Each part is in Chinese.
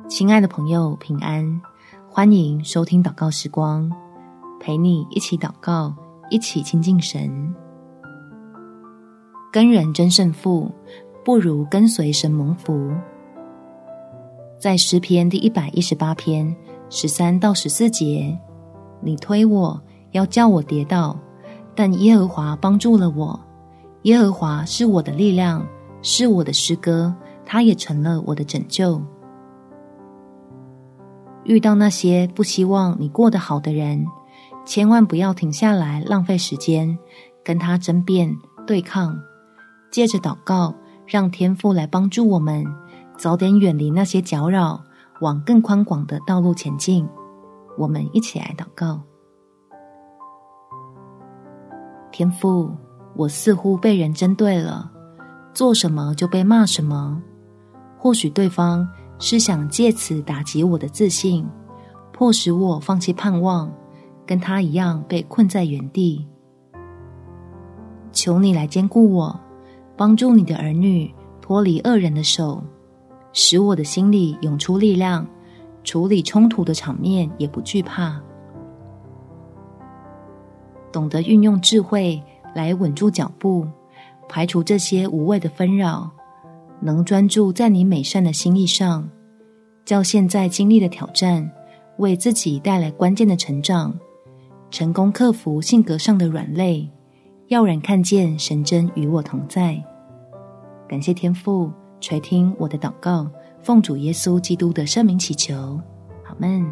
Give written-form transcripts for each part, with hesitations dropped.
亲爱的朋友，平安，欢迎收听祷告时光，陪你一起祷告，一起亲近神。跟人争胜负，不如跟随神蒙福。在诗篇第118篇13到14节，你推我，要叫我跌倒，但耶和华帮助了我。耶和华是我的力量，是我的诗歌，他也成了我的拯救。遇到那些不希望你过得好的人，千万不要停下来浪费时间，跟他争辩对抗。借着祷告，让天父来帮助我们，早点远离那些搅扰，往更宽广的道路前进。我们一起来祷告。天父，我似乎被人针对了，做什么就被骂什么。或许对方是想借此打击我的自信，迫使我放弃盼望，跟他一样被困在原地。求你来坚固我，帮助你的儿女脱离恶人的手，使我的心里涌出力量，处理冲突的场面也不惧怕。懂得运用智慧来稳住脚步，排除这些无谓的纷扰，能专注在你美善的心意上，叫现在经历的挑战为自己带来关键的成长，成功克服性格上的软累，要人看见神真与我同在。感谢天父垂听我的祷告，奉主耶稣基督的圣名祈求，阿们。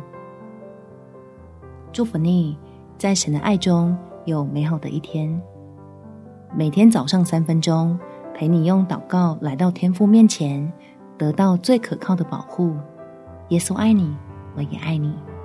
祝福你在神的爱中有美好的一天。每天早上3分钟，陪你用祷告来到天父面前，得到最可靠的保护。耶稣爱你，我也爱你。